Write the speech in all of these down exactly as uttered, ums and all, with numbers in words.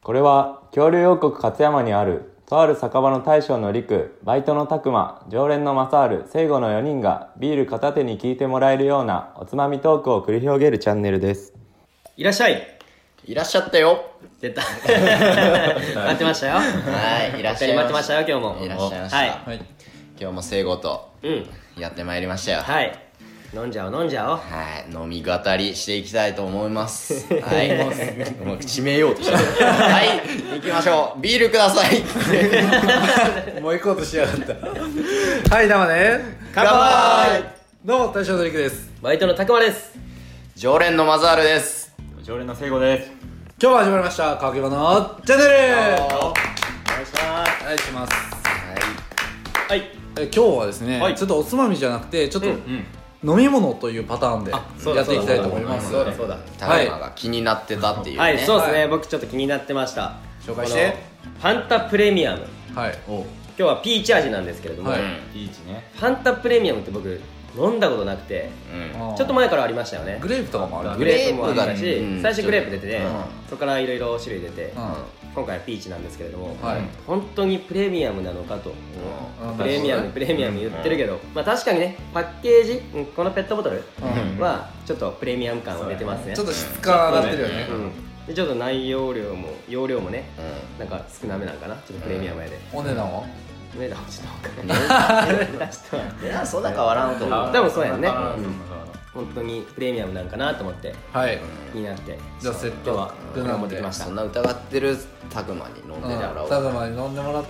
これは恐竜王国勝山にあるとある酒場の大将の陸、バイトの拓磨、常連の正治、聖護のよにんがビール片手に聞いてもらえるようなおつまみトークを繰り広げるチャンネルです。 いらっしゃい。 いらっしゃったよ。 出た。待ってましたよ。 はい、いらっしゃい。 待ってましたよ、今日も。 いらっしゃいました。 はい。 はい、今日も聖護とうんやってまいりましたよ。 はい。飲んじゃおう飲んじゃおう。 はい、飲み語りしていきたいと思います。はい、もう締めようとしてる。はい、行きましょう。ビールください。 もう行こうとしやがった。はい、どうもね。 乾杯。 どうも大将のりくです。 バイトのたくまです。 常連のマザールです。 常連の聖護です。 今日も始まりましたかけばのチャンネル。 お願いします。 お願いします。 はい。 え今日はですね、 はい、 ちょっとおつまみじゃなくてちょっと、 うんうん飲み物というパターンでそうだやっていきたいと思います。 そうだそうだ。 タクマが気になってたっていうね。 はい、そうですね、 はい僕ちょっと気になってました。 紹介して。 ファンタプレミアム。 はいお今日はピーチ味なんですけれども、 はいピーチね。 ファンタプレミアムって僕飲んだことなくて、 うん。 あーちょっと前からありましたよね。 グレープとかもある。 グレープもあったし、 グレープがうん最初グレープ出てて、 うんそこからいろいろ種類出て、 う今回はピーチなんですけれども、 はい本当にプレミアムなのかと、 うんプレミアムプレミアム言ってるけど、まあ確かにねパッケージ、うんこのペットボトルんはちょっとプレミアム感は出てますね。 ちょっと質感上がってるよね。 うん、でちょっと内容量も容量もねうなんか少なめなんかな、ちょっとプレミアムやで、 お値段はお値段はちょっと分かんない。値段ちょっとん。いや、そんな変わらんと思う。 多分そうやんね、 あーうん本当にプレミアムなんかなと思ってはい。 気になって、 じゃあセット今日はこれを持ってきましたそんな疑ってるタクマに飲んでもらおう。 ただまで飲んでもらって、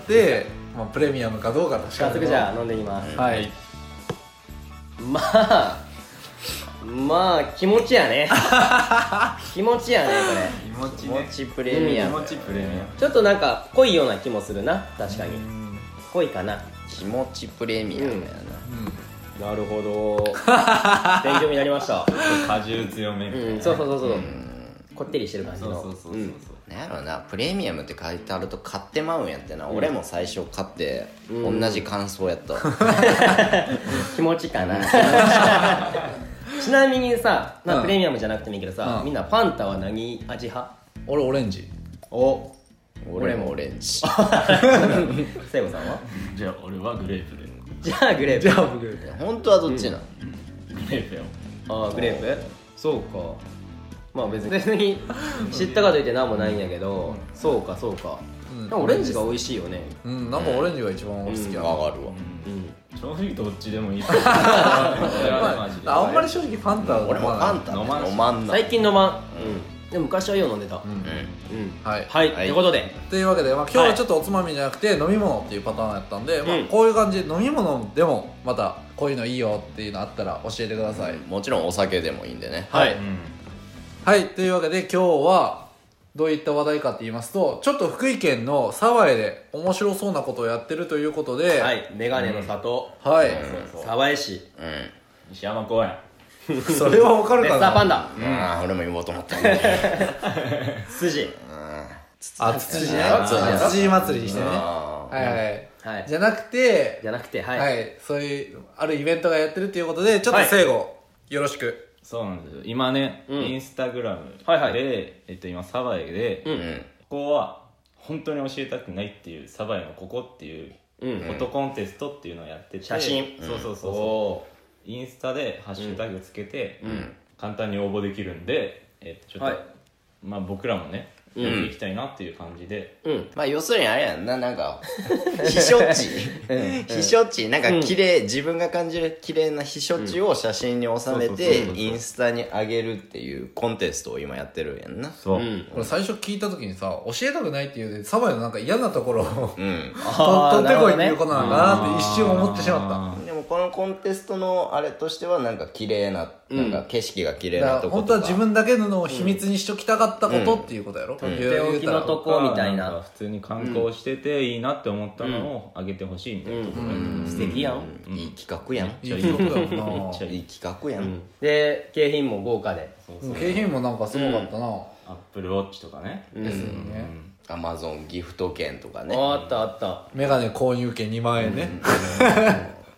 まあ、プレミアムかどうか確か早速じゃあ飲んでみます。 はい。 まあまあ気持ちやね。気持ちやねこれ。 気持ちね。 気持ちプレミアム。 気持ちプレミアム。 ちょっとなんか濃いような気もするな、確かに濃いかな。 気持ちプレミアムやな。 なるほど。勉強になりました。 果汁強めみたいなね。 うん、そうそうそうそう、 うんこってりしてる感じの。 そうそうそうそう。 なんやろな、プレミアムって書いてあると買ってまうんやってな、俺も最初買ってうん同じ感想やったわ。 気持ちかな。ちなみにさ、まあうんプレミアムじゃなくてもいいけどさ、 うんみんなファンタは何味派？ 俺オレンジ。 お、 俺もオレンジ。 聖子さんは？ じゃあ俺はグレープで。 じゃあグレープ。 じゃあ僕本当はどっちなの？ グレープよ。 あーグレープ？そうか。まあ別に別に知ったかといって何もないんやけど、そうかそうか。 うんでもオレンジが美味しいよね。 うんなんかオレンジが一番俺好きやな。 わかるわ。 うん。 正直どっちでもいい。俺はマジで。 あんまり正直ファンタは俺もファンタ飲まんし飲まんな。 最近飲まん。うん。でも昔はよう飲んでた。 うんうん。 はいはい。 はいってことで。 というわけで、まあ、今日はちょっとおつまみじゃなくて飲み物っていうパターンやったんで、まあうん、 こういう感じで飲み物でもまたこういうのいいよっていうのあったら教えてください、 もちろんお酒でもいいんでね。 はい。 うん。 はいというわけで今日はどういった話題かって言いますと、ちょっと福井県の鯖江で面白そうなことをやってるということで、 はい。メガネの里。 はい、 鯖江市。 う西山公園。 それはわかるレッかな。 サーパンダ。 ん。ああ、俺も言おうと思ったね。 筋。 あ、つつじね。 あつつじつつじ祭りにしてね。 あはいはい。 はい。 じゃなくて、 じゃなくて、は。 はいい、そういうあるイベントがやってるということで、ちょっと聖護、よろしく。 そうなんですよ。今ね、 うんインスタグラムで、 はいはいえっと今鯖江で、 うんうん。 ここは本当に教えたくないっていう鯖江のここっていううん。 フォトコンテストっていうのをやってて、 写真そうそうそうそう、 おインスタでハッシュタグつけて、 ん簡単に応募できるんで、えっとちょっと、 はいまあ僕らもねやっていきたいなっていう感じで、 ー。うん。 まあ要するにあれやんな、なんか、避暑地。避暑地、なんか綺麗、自分が感じる綺麗な避暑地を写真に収めそうそうそうてそう、 インスタに上げるっていうコンテストを今やってるやんな。 そう、 うん。 これ最初聞いた時にさ、教えたくないっていうで、鯖江のなんか嫌なところを、 うん。 あーと取ってこいっていうなるほどねことなのかなって一瞬思ってしまでもこのコンテストのあれとしてはなんか綺麗な、なんか景色が綺麗った。だからなとことか。 本当は自分だけのを秘密にしときたかったことっていうことやろ、 うん言う手置きのとこみたいな。 んか普通に観光してていいなって思ったのをあげてほしいみたいなところやね、 素敵やん。 うんいい企画やん。 いいことだめもんっちゃいいいい企画やん。 で、景品も豪華で。 な景品もなんかすごかったな、 アップルウォッチとかね、 うん。 ですよね、 アマゾンギフト券とかね。 あったあった。 メガネ購入券にまん円ね、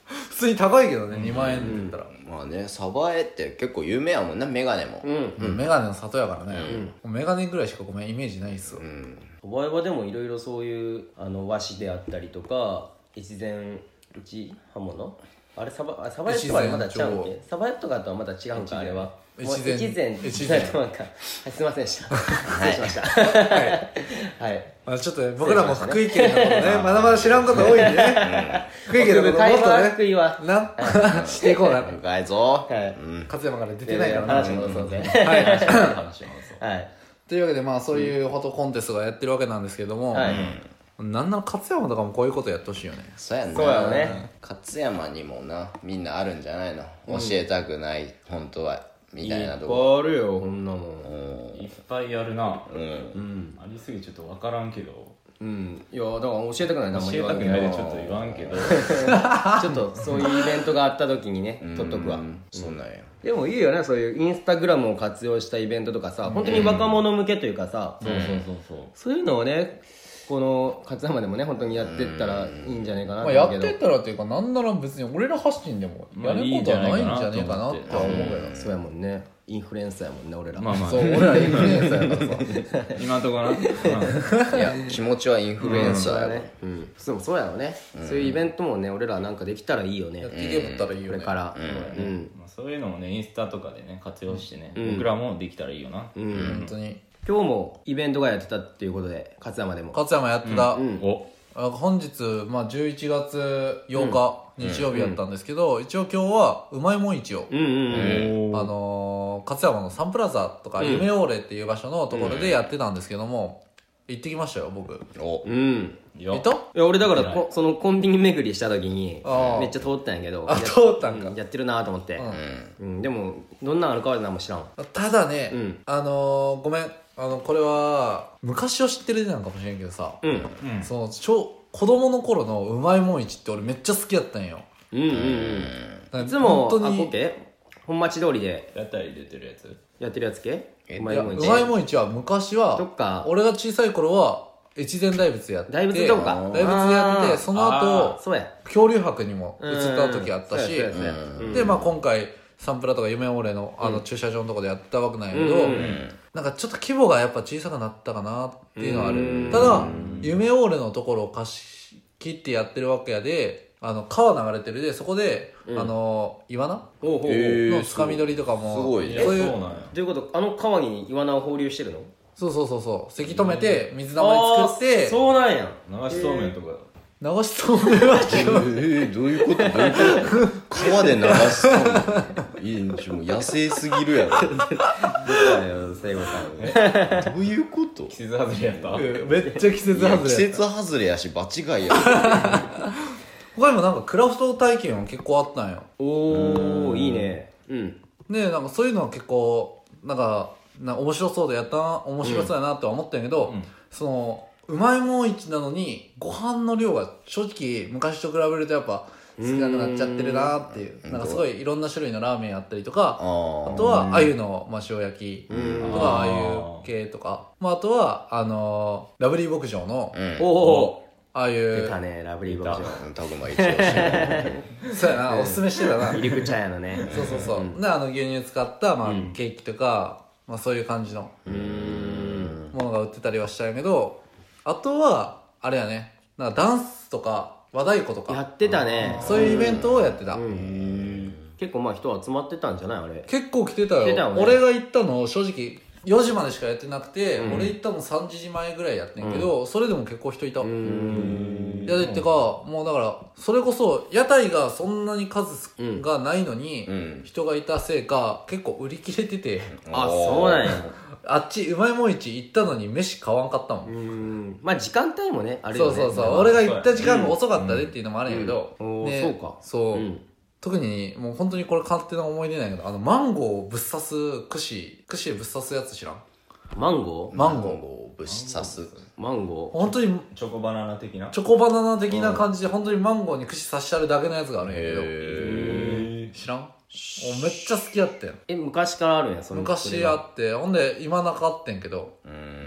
普通に高いけどね、にまん円って言ったら、 まあね、サバエって結構有名やもんな、メガネも。 うんうんメガネの里やからね、もうメガネぐらいしかごめんイメージないっすよ、 お前はでもいろいろそういうあの和紙であったりとか越前打刃物あれサバあサバエとはまだ違うんけサバエとかとはまだ違うんかあれは越前越前越前なんかはいすいませんでした失礼しましたはいまあ、ちょっとね僕らも福井県のことねまだまだ知らんこと多いんでね、福井県のこともっとね福井はなしていこうな深いぞ。 はい勝山から出てないからな、 話戻そうぜはいはいというわけでまあそういうフォトコンテストがやってるわけなんですけども、 はいなんなら勝山とかもこういうことやってほしいよね。 そうやんな。 そうやね。 勝山にもな、みんなあるんじゃないの、教えたくない、本当は。みたいなとこ。 いっぱいあるよこんなもんいっぱいあるな。 うん。 うん。ありすぎてちょっとわからんけど。 うんいやだから教えたくないな教えたくないでちょっと言わんけど。 ちょっとそういうイベントがあった時にね撮っとくわうんそうなんや。 でもいいよねそういうインスタグラムを活用したイベントとかさ本当に若者向けというかさそうそうそうそう。 そういうのをねこの勝山でもね本当にやってったらいいんじゃないかなまあ、やっと思うけどてったらっていうかなんなら別に俺ら発信でもやることはないんじゃねえかなって思うけど、 そうやもんねインフルエンサーやもんね俺らまあまあそう俺らインフルエンサーやからさ今んとこな。うんいや、気持ちはインフルエンサーやわ。 ねうんそうそうやろねそういうイベントもね俺らなんかできたらいいよねやっていけばったらいいよね、 これからうんまあそういうのもねインスタとかでね活用してね、僕らもできたらいいよな。 本当に今日もイベントがやってたっていうことで勝山でも勝山やってた、 お。 あ本日、まあ、じゅういちがつようか、日曜日やったんですけど、一応今日はうまいもん市を、 うんうんうんあのー、勝山のサンプラザとか夢オーレっていう場所のところでやってたんですけども、行ってきましたよ僕。 お、 うんよいたいや俺だからこそのコンビニ巡りした時にあーめっちゃ通ったんやけどあや通ったんかうやってるなと思ってうんうんでもどんなんあるかは何も知らんただね、 うんあのー、ごめんあのこれは昔を知ってるなのかもしれんけどさ、 うんその小子供の頃のうまいもん市って俺めっちゃ好きやったんよ。 うんうんうんいつもあこけ本町通りで屋台出てるやつ。 やってるやつけえうまいやういもん市まいもん市は昔はどっか俺が小さい頃は越前大仏やって大仏とか大仏でやっててその後そうや恐竜博にも移った時あったし、 そうやそうやそうやで、まあ、今回サンプラとか夢オーレのあの駐車場のとこでやったわけなんやけど、なんかちょっと規模がやっぱ小さくなったかなっていうのはある。ただ夢オーレのところを貸し切ってやってるわけやで、あの川流れてるでそこで、あのイワナほうほうほうへのつかみ取りとかもすごいねそういうそうなんや。 ということあの川にイワナを放流してるのそうそうそうそうせき止めて水溜り作ってあーそうなんや流しそうめんとか。 流しそうめんはえー、どういうことどういうこと川で流すのいいんちょもう野生すぎるやろ聖子さんどういうこと季節外れやった。 うんめっちゃ季節いや外れ季節外れやし場違いや他にもなんかクラフト体験は結構あったんよおおいいねうんでなんかそういうのは結構なんかな面白そうでやったな面白そうやなとは思ったんやけど、 うんそのうまいもん市なのにご飯の量が正直昔と比べるとやっぱ少なくなっちゃってるなっていうなんかすごいいろんな種類のラーメンあったりとかあーあとは鮎の、まあ、塩焼きとかああいう系とか、まあ、あとはあのーラブリー牧場のうんおおああいう出たねラブリー牧場タグマ一応してそうやなおすすめしてたなミルク茶屋のねそうそうそう、であの牛乳使った、まあケーキとか、まあ、そういう感じのうーんものが売ってたりはしたんやけどあとはあれやねなんかダンスとか和太鼓とかやってたねそういうイベントをやってた、 結構まあ人集まってたんじゃないあれ結構来てたよ来てたよね俺が行ったの正直よじまでしかやってなくて、俺行ったのさんじまえぐらいやってんけど、それでも結構人いた、いやでってかもうだからそれこそ屋台がそんなに数がないのに、 ん人がいたせいか結構売り切れててあそうなんやあっちうまいもん市行ったのに飯買わんかったもん、 うんまあ時間帯もねあるよねそうそうそう俺が行った時間が遅かったでっていうのもあるんやけど、 うんおーでそうかそう、 うん特にもう本当にこれ勝手な思い出なんやけどあのマンゴーをぶっ刺す串串でぶっ刺すやつ知らんマンゴーマンゴーをぶし刺すマンゴ本当にチョコバナナ的な。 チョコバナナ的な感じで本当にマンゴーに串刺してあるだけのやつがあるんやけどへ知らんおめっちゃ好きやってんーえ昔からあるんやその昔あってほんで今なかあってんけど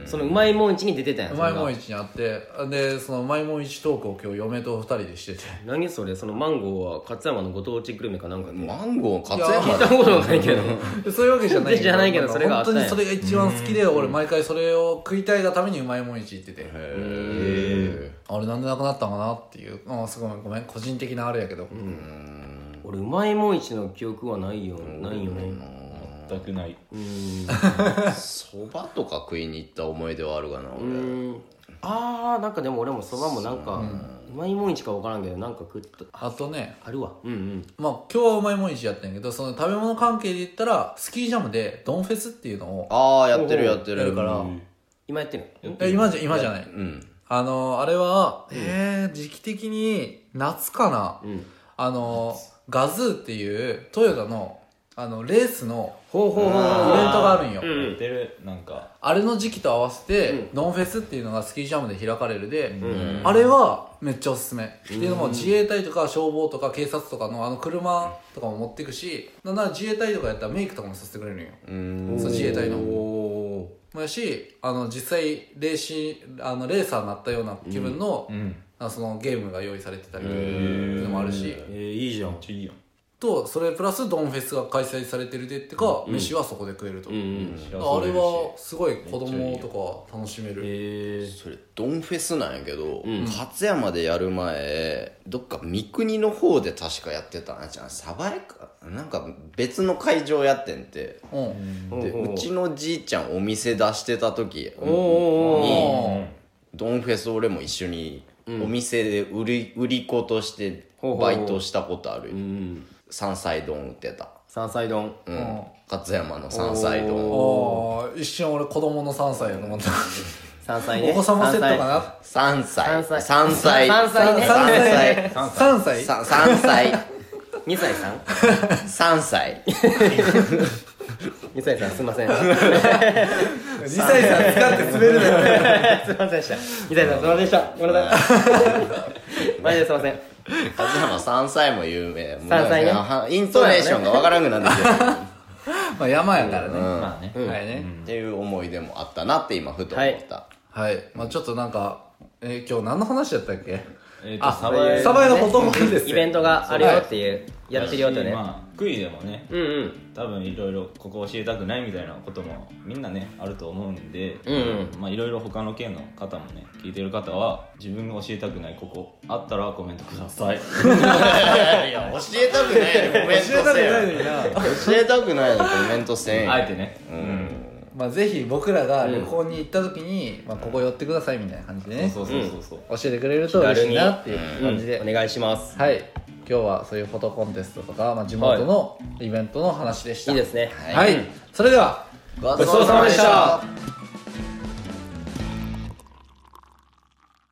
そのうまいもん市に出てたんやうまいもん市。 市にあってでそのうまいもん市トークを今日嫁と二人でしてて何それ、そのマンゴーは勝山のご当地グルメかなんかでマンゴー勝いや山聞いたことないけどでそういうわけじゃないじゃないけどそれがあったんや本当にそれが一番好きで俺毎回それを食いたいがためにうまいもん市行っててへあれなんでなくなったんかなっていうあすごいごめん個人的なあれやけど、 俺うまいもん市の記憶はないよないよね。 全くないそばとか食いに行った思い出はあるがなう俺んあーなんかでも俺もそばもなんかうまいもん市か分からんけどなんか食ったあとねあるわ。うんうんまあ今日はうまいもん市やったんやけどその食べ物関係で言ったらスキージャムでドンフェスっていうのをああやってるやってるやるから、 今やってるえ今じゃ今じゃない、 うんあのあれは、えー、時期的に夏かな、 んあのガズーっていうトヨタのあのレースのほうほうほうイベントがあるんよ、 やってるなんかあれの時期と合わせて、ドンフェスっていうのがスキージャムで開かれるで、あれはめっちゃおすすめ、っていうのも自衛隊とか消防とか警察とかのあの車とかも持っていくしなんなら自衛隊とかやったらメイクとかもさせてくれるんよ、そう自衛隊のおもやしあの実際レーシあのレーサーになったような気分の,、あそのゲームが用意されてたりっていうのもあるし、 ーえーいいじゃん。 いいやんとそれプラスドンフェスが開催されてるでってか、飯はそこで食えると、 うんうんあれはすごい子供とかは楽しめる。 えーそれドンフェスなんやけど、勝山でやる前どっか三国の方で確かやってたんじゃん鯖江かなんか別の会場やってんて、 うんでうちのじいちゃんお店出してた時おーおーにドンフェス俺も一緒にお店で売り売り子としてバイトしたことあるよ、 うん山菜丼売ってた、 山菜丼うん、勝山の山菜丼ああ一瞬俺子供のさんさいやと思った山菜ねお子様セットかな山菜山菜山菜山菜ね山菜さんさいさ山菜にさいさん山菜にさいさんすいませんすいにさいさん使って滑るなよませんでしたにさいさんすいませんでしたごめんなさいマジですいません。 勝山山菜も有名山菜ねもうイントネーションがわからんくなってきてるまあ山やからね、 まあねはいね、 っていう思い出もあったなって今ふと思った、 はいまあちょっとなんかえー今日何の話だったっけえっとあサバエサバエのほとんどですイベントがあるよっていうやってるよってね。 まあクイでもねうんうん多分いろいろここ教えたくないみたいなこともみんなねあると思うんで、 うんまあいろいろ他の県の方もね聞いてる方は自分が教えたくないここあったらコメントくださいいや教えたくないのコメントせ教えたくないよのにな教えたくないのコメントせんよあえてねまあぜひ僕らが旅行に行った時に、まあ、ここ寄ってくださいみたいな感じでねそうそうそうそうそう教えてくれると嬉しいなっていう感じで、 お願いします。 はい今日はそういうフォトコンテストとか、まあ、地元のイベントの話でした、 いいですね。 はい、それではごちそうさまでした。